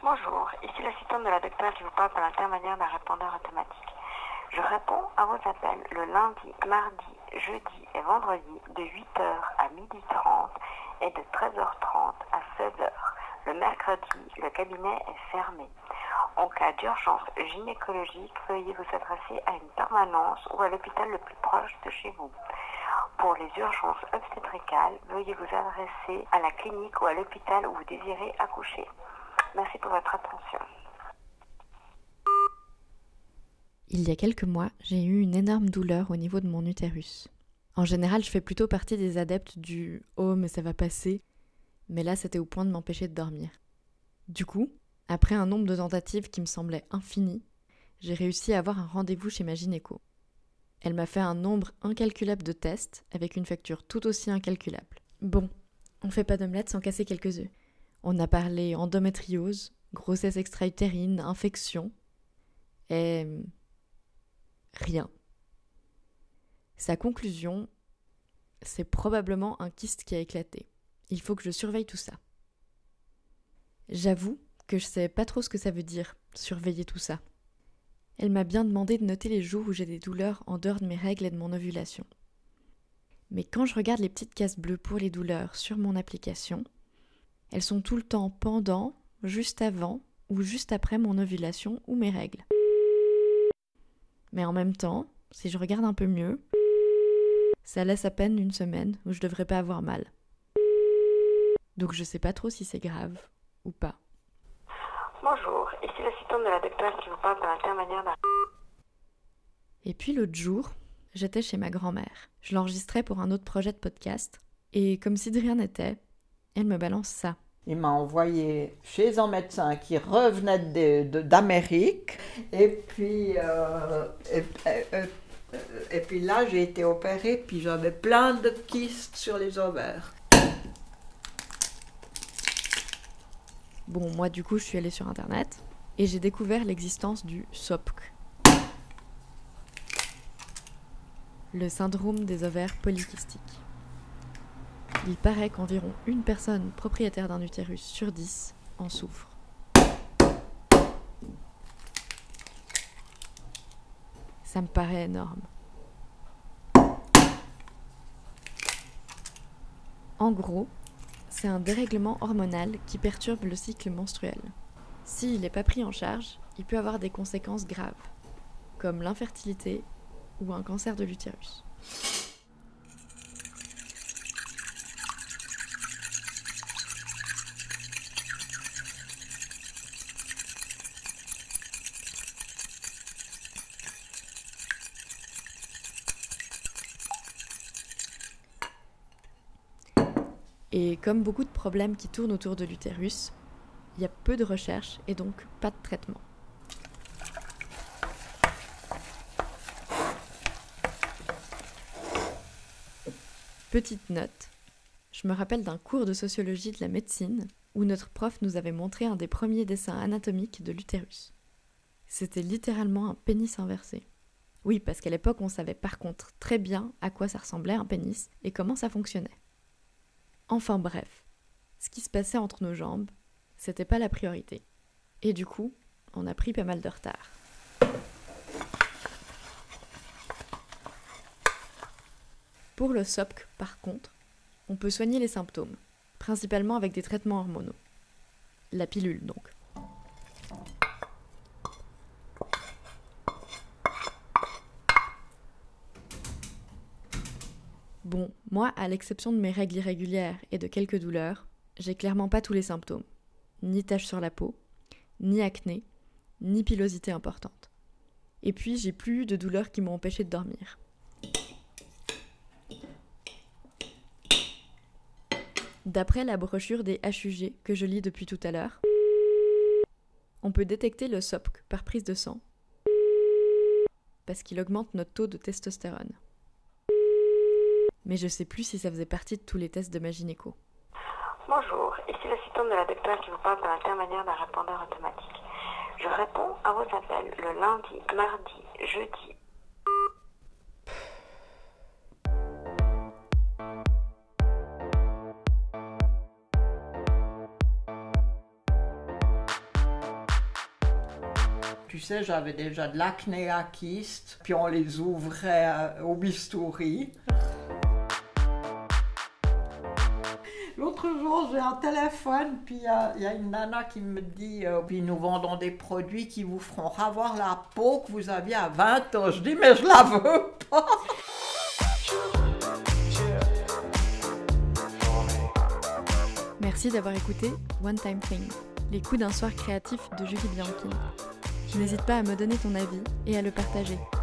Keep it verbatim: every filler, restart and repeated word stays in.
Bonjour, ici l'assistante de la docteure qui vous parle par l'intermédiaire d'un répondeur automatique. Je réponds à vos appels le lundi, mardi, jeudi et vendredi de huit heures à midi trente et de treize heures trente à seize heures. Le mercredi, le cabinet est fermé. En cas d'urgence gynécologique, veuillez vous adresser à une permanence ou à l'hôpital le plus proche de chez vous. Pour les urgences obstétricales, veuillez vous adresser à la clinique ou à l'hôpital où vous désirez accoucher. Merci pour votre attention. Il y a quelques mois, j'ai eu une énorme douleur au niveau de mon utérus. En général, je fais plutôt partie des adeptes du « oh, mais ça va passer », mais là, c'était au point de m'empêcher de dormir. Du coup, après un nombre de tentatives qui me semblait infini, j'ai réussi à avoir un rendez-vous chez ma gynéco. Elle m'a fait un nombre incalculable de tests, avec une facture tout aussi incalculable. Bon, on fait pas d'omelette sans casser quelques œufs. On a parlé endométriose, grossesse extra-utérine, infection, et rien. Sa conclusion, c'est probablement un kyste qui a éclaté. Il faut que je surveille tout ça. J'avoue que je sais pas trop ce que ça veut dire, surveiller tout ça. Elle m'a bien demandé de noter les jours où j'ai des douleurs en dehors de mes règles et de mon ovulation. Mais quand je regarde les petites cases bleues pour les douleurs sur mon application, elles sont tout le temps pendant, juste avant ou juste après mon ovulation ou mes règles. Mais en même temps, si je regarde un peu mieux, ça laisse à peine une semaine où je devrais pas avoir mal. Donc je sais pas trop si c'est grave ou pas. Bonjour, ici l'assistante de la docteure qui vous parle par l'intermédiaire d'un... Et puis l'autre jour, j'étais chez ma grand-mère. Je l'enregistrais pour un autre projet de podcast. Et comme si de rien n'était, elle me balance ça. Il m'a envoyé chez un médecin qui revenait de, de, d'Amérique. Et puis, euh, et, et, et puis là, j'ai été opérée, puis j'avais plein de kystes sur les ovaires. Bon, moi du coup, je suis allée sur Internet et j'ai découvert l'existence du S O P C, le syndrome des ovaires polykystiques. Il paraît qu'environ une personne propriétaire d'un utérus sur dix en souffre. Ça me paraît énorme. En gros, c'est un dérèglement hormonal qui perturbe le cycle menstruel. S'il n'est pas pris en charge, il peut avoir des conséquences graves, comme l'infertilité ou un cancer de l'utérus. Et comme beaucoup de problèmes qui tournent autour de l'utérus, il y a peu de recherche et donc pas de traitement. Petite note, je me rappelle d'un cours de sociologie de la médecine où notre prof nous avait montré un des premiers dessins anatomiques de l'utérus. C'était littéralement un pénis inversé. Oui, parce qu'à l'époque, on savait par contre très bien à quoi ça ressemblait un pénis et comment ça fonctionnait. Enfin bref, ce qui se passait entre nos jambes, c'était pas la priorité. Et du coup, on a pris pas mal de retard. Pour le S O P C, par contre, on peut soigner les symptômes, principalement avec des traitements hormonaux. La pilule, donc. Bon, moi, à l'exception de mes règles irrégulières et de quelques douleurs, j'ai clairement pas tous les symptômes. Ni taches sur la peau, ni acné, ni pilosité importante. Et puis, j'ai plus eu de douleurs qui m'ont empêché de dormir. D'après la brochure des H U G que je lis depuis tout à l'heure, on peut détecter le S O P C par prise de sang parce qu'il augmente notre taux de testostérone. Mais je sais plus si ça faisait partie de tous les tests de ma gynéco. Bonjour, ici l'assistante de la docteure qui vous parle par l'intermédiaire d'un répondeur automatique. Je réponds à vos appels le lundi, mardi, jeudi. tu sais, j'avais déjà de l'acné à kyste, puis on les ouvrait euh, au bistouri. L'autre jour, j'ai un téléphone, puis il euh, y, y a une nana qui me dit euh, « Puis nous vendons des produits qui vous feront ravoir la peau que vous aviez à vingt ans. » Je dis « Mais je la veux pas !» Merci d'avoir écouté One Time Thing, les coups d'un soir créatif de Julie Bianchini. N'hésite pas à me donner ton avis et à le partager.